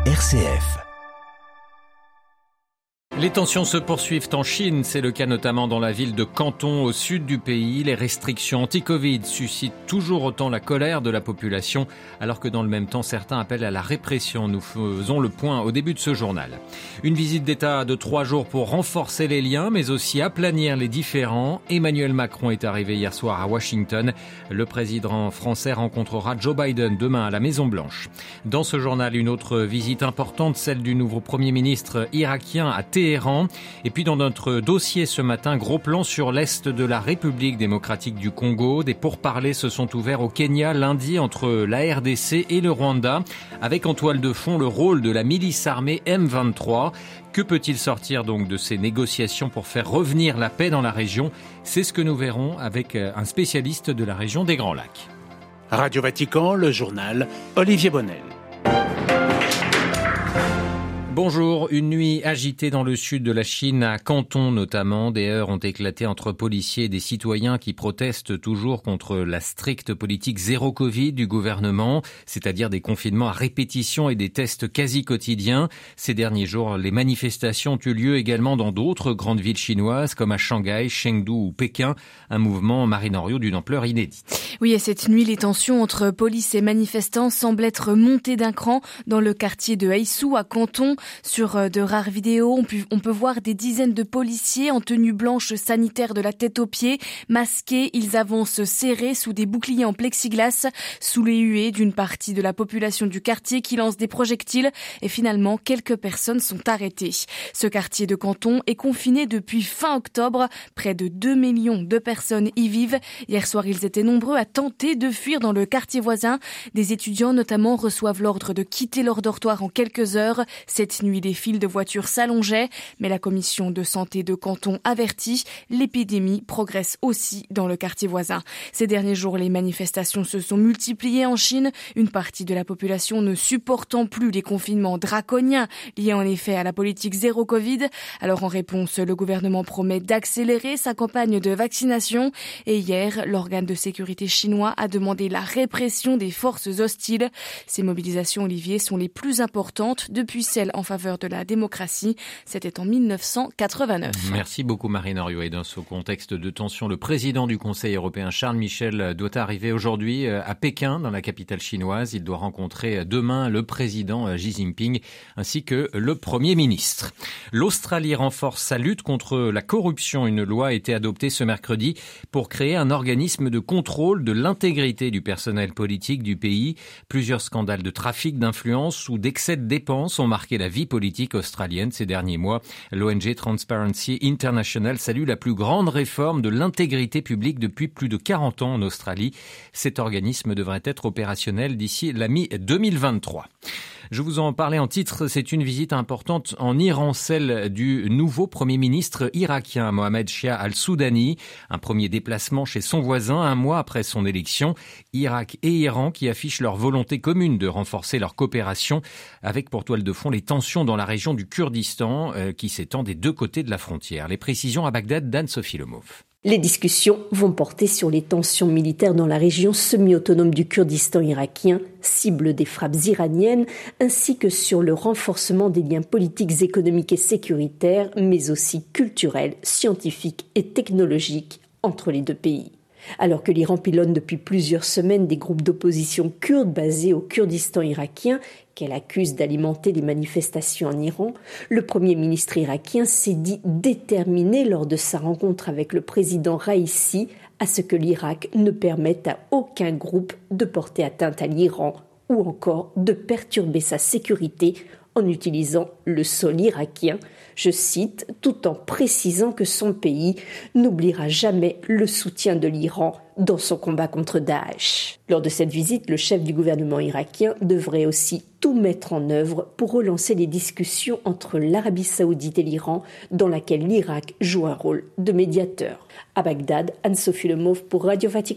RCF. Les tensions se poursuivent en Chine, c'est le cas notamment dans la ville de Canton au sud du pays. Les restrictions anti-Covid suscitent toujours autant la colère de la population, alors que dans le même temps certains appellent à la répression. Nous faisons le point au début de ce journal. Une visite d'État de 3 jours pour renforcer les liens, mais aussi aplanir les différends. Emmanuel Macron est arrivé hier soir à Washington. Le président français rencontrera Joe Biden demain à la Maison-Blanche. Dans ce journal, une autre visite importante, celle du nouveau Premier ministre irakien à Téhéran. Et puis dans notre dossier ce matin, gros plan sur l'est de la République démocratique du Congo. Des pourparlers se sont ouverts au Kenya lundi entre la RDC et le Rwanda, avec en toile de fond le rôle de la milice armée M23. Que peut-il sortir donc de ces négociations pour faire revenir la paix dans la région ? C'est ce que nous verrons avec un spécialiste de la région des Grands Lacs. Radio Vatican, le journal, Olivier Bonnel. Bonjour, une nuit agitée dans le sud de la Chine, à Canton notamment. Des heurts ont éclaté entre policiers et des citoyens qui protestent toujours contre la stricte politique zéro Covid du gouvernement, c'est-à-dire des confinements à répétition et des tests quasi quotidiens. Ces derniers jours, les manifestations ont eu lieu également dans d'autres grandes villes chinoises comme à Shanghai, Chengdu ou Pékin, un mouvement Marine-Henriot d'une ampleur inédite. Oui, et cette nuit, les tensions entre police et manifestants semblent être montées d'un cran dans le quartier de Haïssou à Canton. Sur de rares vidéos, on peut voir des dizaines de policiers en tenue blanche sanitaire de la tête aux pieds, masqués. Ils avancent serrés sous des boucliers en plexiglas, sous les huées d'une partie de la population du quartier qui lance des projectiles. Et finalement, quelques personnes sont arrêtées. Ce quartier de Canton est confiné depuis fin octobre. Près de 2 millions de personnes y vivent. Hier soir, ils étaient nombreux à tenter de fuir dans le quartier voisin. Des étudiants notamment reçoivent l'ordre de quitter leur dortoir en quelques heures. Cette nuit, des files de voitures s'allongeaient, mais la commission de santé de Canton avertit, l'épidémie progresse aussi dans le quartier voisin. Ces derniers jours, les manifestations se sont multipliées en Chine, une partie de la population ne supportant plus les confinements draconiens liés en effet à la politique zéro Covid. Alors en réponse, le gouvernement promet d'accélérer sa campagne de vaccination et hier, l'organe de sécurité chinois a demandé la répression des forces hostiles. Ces mobilisations, Olivier, sont les plus importantes depuis celles en faveur de la démocratie. C'était en 1989. Merci beaucoup Marine-Henriot. Et dans ce contexte de tension, le président du Conseil européen, Charles Michel, doit arriver aujourd'hui à Pékin, dans la capitale chinoise. Il doit rencontrer demain le président Xi Jinping ainsi que le Premier ministre. L'Australie renforce sa lutte contre la corruption. Une loi a été adoptée ce mercredi pour créer un organisme de contrôle de l'intégrité du personnel politique du pays. Plusieurs scandales de trafic d'influence ou d'excès de dépenses ont marqué la vie politique australienne ces derniers mois. L'ONG Transparency International salue la plus grande réforme de l'intégrité publique depuis plus de 40 ans en Australie. Cet organisme devrait être opérationnel d'ici la mi-2023. Je vous en parlais en titre, c'est une visite importante en Iran, celle du nouveau Premier ministre irakien, Mohamed Shia al-Soudani. Un premier déplacement chez son voisin, un mois après son élection. Irak et Iran qui affichent leur volonté commune de renforcer leur coopération, avec pour toile de fond les tensions dans la région du Kurdistan qui s'étend des deux côtés de la frontière. Les précisions à Bagdad d'Anne-Sophie Lemauve. Les discussions vont porter sur les tensions militaires dans la région semi-autonome du Kurdistan irakien, cible des frappes iraniennes, ainsi que sur le renforcement des liens politiques, économiques et sécuritaires, mais aussi culturels, scientifiques et technologiques entre les deux pays. Alors que l'Iran pilonne depuis plusieurs semaines des groupes d'opposition kurdes basés au Kurdistan irakien, qu'elle accuse d'alimenter les manifestations en Iran, le Premier ministre irakien s'est dit déterminé lors de sa rencontre avec le président Raïssi à ce que l'Irak ne permette à aucun groupe de porter atteinte à l'Iran ou encore de perturber sa sécurité en utilisant le sol irakien, je cite, tout en précisant que son pays n'oubliera jamais le soutien de l'Iran dans son combat contre Daesh. Lors de cette visite, le chef du gouvernement irakien devrait aussi tout mettre en œuvre pour relancer les discussions entre l'Arabie saoudite et l'Iran, dans laquelle l'Irak joue un rôle de médiateur. À Bagdad, Anne-Sophie Lemauve pour Radio Vatican.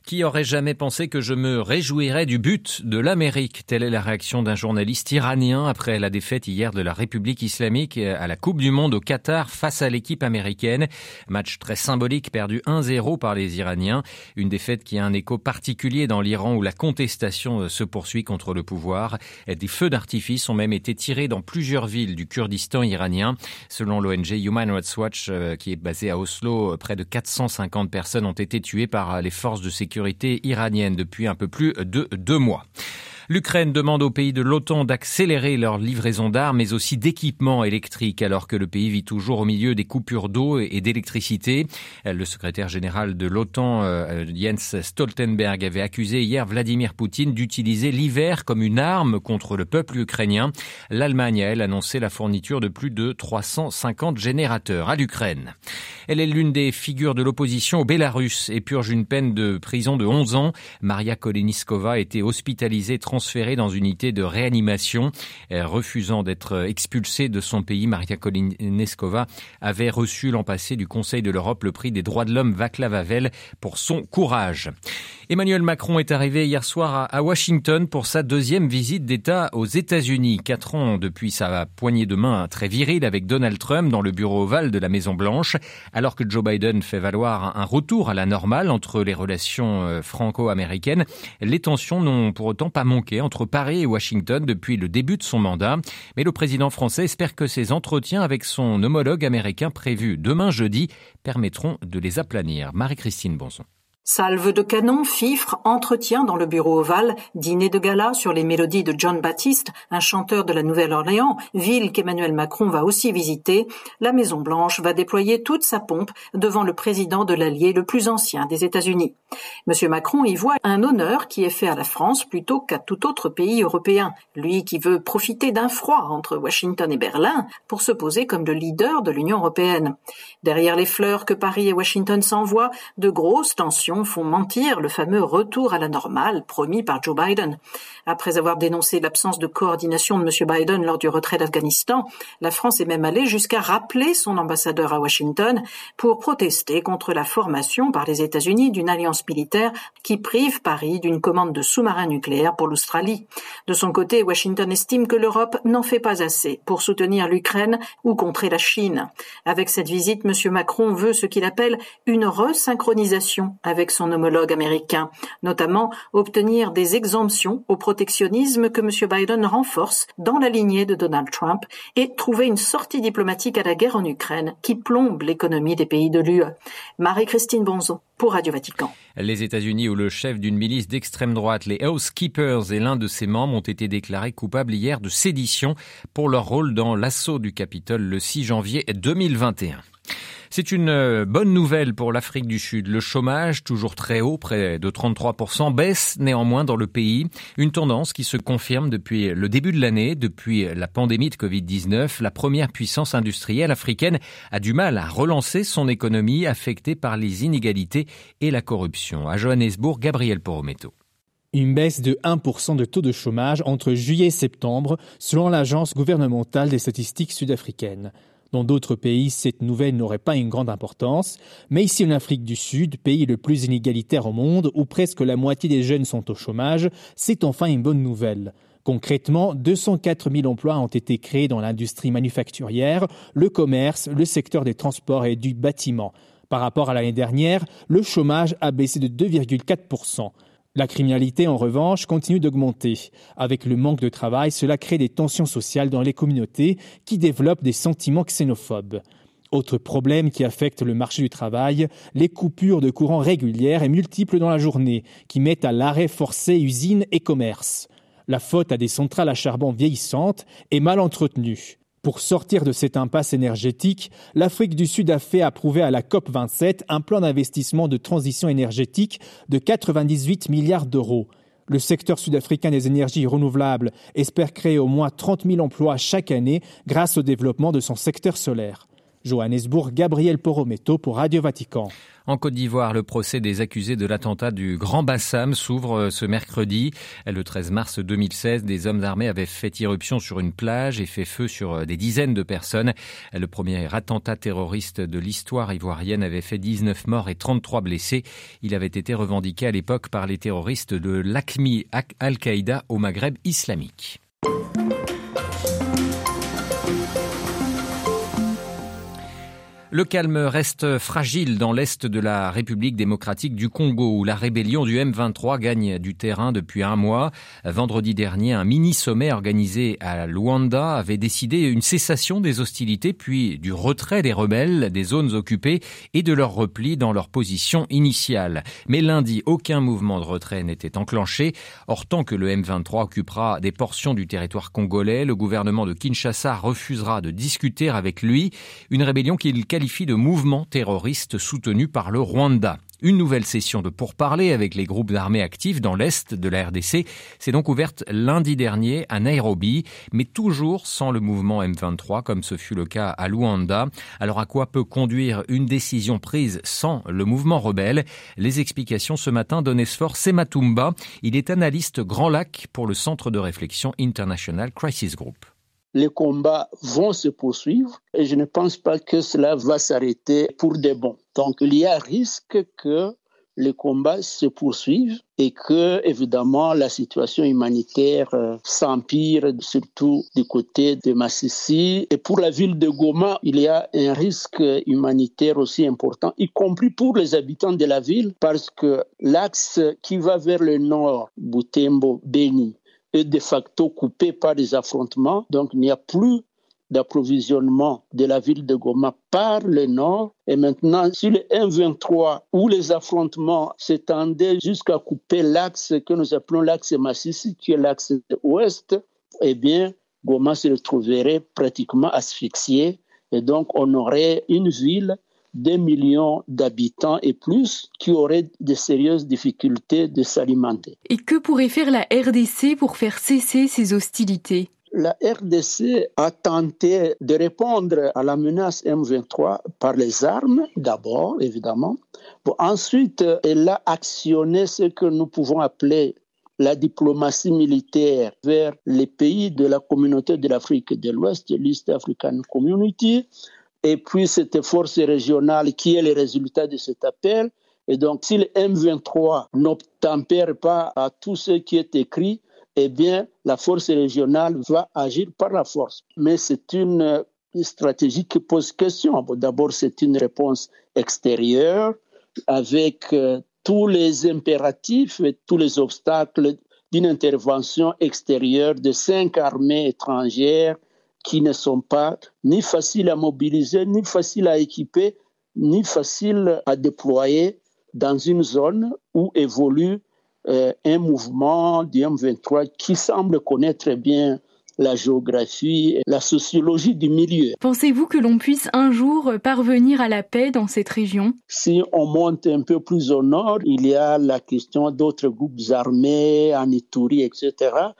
Qui aurait jamais pensé que je me réjouirais du but de l'Amérique? Telle est la réaction d'un journaliste iranien après la défaite hier de la République islamique à la Coupe du Monde au Qatar face à l'équipe américaine. Match très symbolique perdu 1-0 par les Iraniens. Une défaite qui a un écho particulier dans l'Iran où la contestation se poursuit contre le pouvoir. Des feux d'artifice ont même été tirés dans plusieurs villes du Kurdistan iranien. Selon l'ONG Human Rights Watch, qui est basée à Oslo, près de 450 personnes ont été tuées par les forces de sécurité iraniennes depuis un peu plus de 2 mois. L'Ukraine demande aux pays de l'OTAN d'accélérer leur livraison d'armes, mais aussi d'équipements électriques, alors que le pays vit toujours au milieu des coupures d'eau et d'électricité. Le secrétaire général de l'OTAN, Jens Stoltenberg, avait accusé hier Vladimir Poutine d'utiliser l'hiver comme une arme contre le peuple ukrainien. L'Allemagne a, elle, annoncé la fourniture de plus de 350 générateurs à l'Ukraine. Elle est l'une des figures de l'opposition au Bélarus et purge une peine de prison de 11 ans. Maria Koleniskova a été hospitalisée, transférée dans une unité de réanimation. Refusant d'être expulsée de son pays, Maria Koleniskova avait reçu l'an passé du Conseil de l'Europe le prix des droits de l'homme Václav Havel pour son courage. Emmanuel Macron est arrivé hier soir à Washington pour sa 2e visite d'État aux États-Unis. 4 ans depuis sa poignée de main très virile avec Donald Trump dans le bureau ovale de la Maison-Blanche. Alors que Joe Biden fait valoir un retour à la normale entre les relations franco-américaines, les tensions n'ont pour autant pas manqué entre Paris et Washington depuis le début de son mandat. Mais le président français espère que ses entretiens avec son homologue américain prévus demain jeudi permettront de les aplanir. Marie-Christine Bonson. Salve de canon, fifre, entretien dans le bureau ovale, dîner de gala sur les mélodies de John Baptiste, un chanteur de la Nouvelle-Orléans, ville qu'Emmanuel Macron va aussi visiter. La Maison-Blanche va déployer toute sa pompe devant le président de l'allié le plus ancien des États-Unis. Monsieur Macron y voit un honneur qui est fait à la France plutôt qu'à tout autre pays européen. Lui qui veut profiter d'un froid entre Washington et Berlin pour se poser comme le leader de l'Union européenne. Derrière les fleurs que Paris et Washington s'envoient, de grosses tensions font mentir le fameux retour à la normale promis par Joe Biden. Après avoir dénoncé l'absence de coordination de M. Biden lors du retrait d'Afghanistan, la France est même allée jusqu'à rappeler son ambassadeur à Washington pour protester contre la formation par les États-Unis d'une alliance militaire qui prive Paris d'une commande de sous-marins nucléaires pour l'Australie. De son côté, Washington estime que l'Europe n'en fait pas assez pour soutenir l'Ukraine ou contrer la Chine. Avec cette visite, M. Macron veut ce qu'il appelle une resynchronisation avec son homologue américain, notamment obtenir des exemptions au protectionnisme que M. Biden renforce dans la lignée de Donald Trump et trouver une sortie diplomatique à la guerre en Ukraine qui plombe l'économie des pays de l'UE. Marie-Christine Bonzon pour Radio Vatican. Les États-Unis où le chef d'une milice d'extrême droite, les House Keepers, et l'un de ses membres ont été déclarés coupables hier de sédition pour leur rôle dans l'assaut du Capitole le 6 janvier 2021. C'est une bonne nouvelle pour l'Afrique du Sud. Le chômage, toujours très haut, près de 33%, baisse néanmoins dans le pays. Une tendance qui se confirme depuis le début de l'année, depuis la pandémie de Covid-19. La première puissance industrielle africaine a du mal à relancer son économie affectée par les inégalités et la corruption. À Johannesburg, Gabriel Porometo. Une baisse de 1% de taux de chômage entre juillet et septembre, selon l'Agence gouvernementale des statistiques sud-africaines. Dans d'autres pays, cette nouvelle n'aurait pas une grande importance, mais ici en Afrique du Sud, pays le plus inégalitaire au monde, où presque la moitié des jeunes sont au chômage, c'est enfin une bonne nouvelle. Concrètement, 204 000 emplois ont été créés dans l'industrie manufacturière, le commerce, le secteur des transports et du bâtiment. Par rapport à l'année dernière, le chômage a baissé de 2,4%. La criminalité, en revanche, continue d'augmenter. Avec le manque de travail, cela crée des tensions sociales dans les communautés qui développent des sentiments xénophobes. Autre problème qui affecte le marché du travail, les coupures de courant régulières et multiples dans la journée, qui mettent à l'arrêt forcé usines et commerces. La faute à des centrales à charbon vieillissantes et mal entretenues. Pour sortir de cette impasse énergétique, l'Afrique du Sud a fait approuver à la COP27 un plan d'investissement de transition énergétique de 98 milliards d'euros. Le secteur sud-africain des énergies renouvelables espère créer au moins 30 000 emplois chaque année grâce au développement de son secteur solaire. Johannesburg, Gabriel Porometo pour Radio Vatican. En Côte d'Ivoire, le procès des accusés de l'attentat du Grand Bassam s'ouvre ce mercredi. Le 13 mars 2016, des hommes armés avaient fait irruption sur une plage et fait feu sur des dizaines de personnes. Le premier attentat terroriste de l'histoire ivoirienne avait fait 19 morts et 33 blessés. Il avait été revendiqué à l'époque par les terroristes de l'AQMI Al-Qaïda au Maghreb islamique. Le calme reste fragile dans l'est de la République démocratique du Congo, où la rébellion du M23 gagne du terrain depuis un mois. Vendredi dernier, un mini-sommet organisé à Luanda avait décidé une cessation des hostilités, puis du retrait des rebelles des zones occupées et de leur repli dans leur position initiale. Mais lundi, aucun mouvement de retrait n'était enclenché. Or, tant que le M23 occupera des portions du territoire congolais, le gouvernement de Kinshasa refusera de discuter avec lui. Une rébellion qu'il qualifie de mouvement terroriste soutenu par le Rwanda. Une nouvelle session de pourparlers avec les groupes armés actifs dans l'est de la RDC s'est donc ouverte lundi dernier à Nairobi, mais toujours sans le mouvement M23 comme ce fut le cas à Luanda. Alors à quoi peut conduire une décision prise sans le mouvement rebelle? Les explications ce matin d'Onesphore Sematumba. Il est analyste Grand Lac pour le Centre de réflexion International Crisis Group. Les combats vont se poursuivre et je ne pense pas que cela va s'arrêter pour de bon. Donc, il y a risque que les combats se poursuivent et que, évidemment, la situation humanitaire s'empire, surtout du côté de Masisi. Et pour la ville de Goma, il y a un risque humanitaire aussi important, y compris pour les habitants de la ville, parce que l'axe qui va vers le nord, Butembo, Beni, est de facto coupé par des affrontements. Donc, il n'y a plus d'approvisionnement de la ville de Goma par le nord. Et maintenant, sur le M23, où les affrontements s'étendaient jusqu'à couper l'axe que nous appelons l'axe Masisi, qui est l'axe ouest, eh bien, Goma se retrouverait pratiquement asphyxié. Et donc, on aurait une ville d'1 million d'habitants et plus qui auraient de sérieuses difficultés de s'alimenter. Et que pourrait faire la RDC pour faire cesser ces hostilités ? La RDC a tenté de répondre à la menace M23 par les armes, d'abord, évidemment. Bon, ensuite, elle a actionné ce que nous pouvons appeler la diplomatie militaire vers les pays de la communauté de l'Afrique de l'Ouest, l'East African Community, et puis cette force régionale qui est le résultat de cet appel. Et donc, si le M23 n'obtempère pas à tout ce qui est écrit, eh bien, la force régionale va agir par la force. Mais c'est une stratégie qui pose question. Bon, d'abord, c'est une réponse extérieure avec tous les impératifs et tous les obstacles d'une intervention extérieure de 5 armées étrangères qui ne sont pas ni faciles à mobiliser, ni faciles à équiper, ni faciles à déployer dans une zone où évolue un mouvement du M23 qui semble connaître bien la géographie et la sociologie du milieu. Pensez-vous que l'on puisse un jour parvenir à la paix dans cette région ? Si on monte un peu plus au nord, il y a la question d'autres groupes armés, en Ituri, etc.,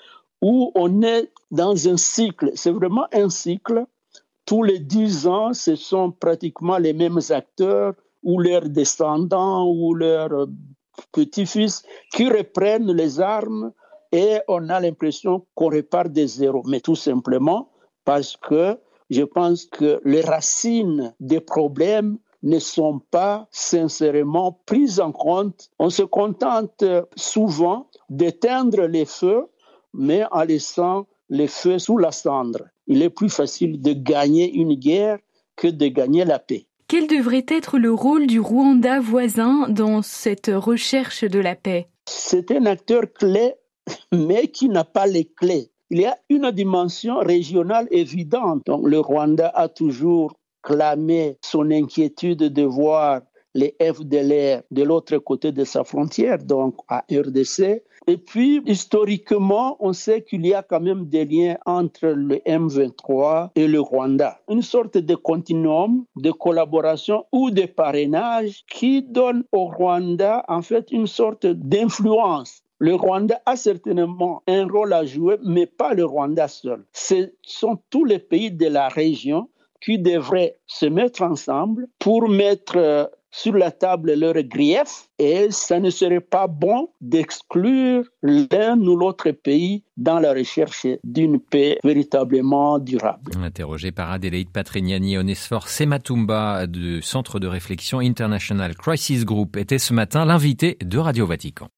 où on est dans un cycle. C'est vraiment un cycle. Tous les 10 ans, ce sont pratiquement les mêmes acteurs ou leurs descendants ou leurs petits-fils qui reprennent les armes et on a l'impression qu'on repart de zéro. Mais tout simplement parce que je pense que les racines des problèmes ne sont pas sincèrement prises en compte. On se contente souvent d'éteindre les feux, mais en laissant les feux sous la cendre. Il est plus facile de gagner une guerre que de gagner la paix. Quel devrait être le rôle du Rwanda voisin dans cette recherche de la paix ? C'est un acteur clé, mais qui n'a pas les clés. Il y a une dimension régionale évidente. Donc, le Rwanda a toujours clamé son inquiétude de voir les FDLR de l'autre côté de sa frontière, donc à RDC. Et puis, historiquement, on sait qu'il y a quand même des liens entre le M23 et le Rwanda. Une sorte de continuum de collaboration ou de parrainage qui donne au Rwanda, en fait, une sorte d'influence. Le Rwanda a certainement un rôle à jouer, mais pas le Rwanda seul. Ce sont tous les pays de la région qui devraient se mettre ensemble pour mettre sur la table leurs griefs, et ça ne serait pas bon d'exclure l'un ou l'autre pays dans la recherche d'une paix véritablement durable. Interrogé par Adélaïde Patrignani, Onesphore Sematumba du Centre de réflexion International Crisis Group était ce matin l'invité de Radio Vatican.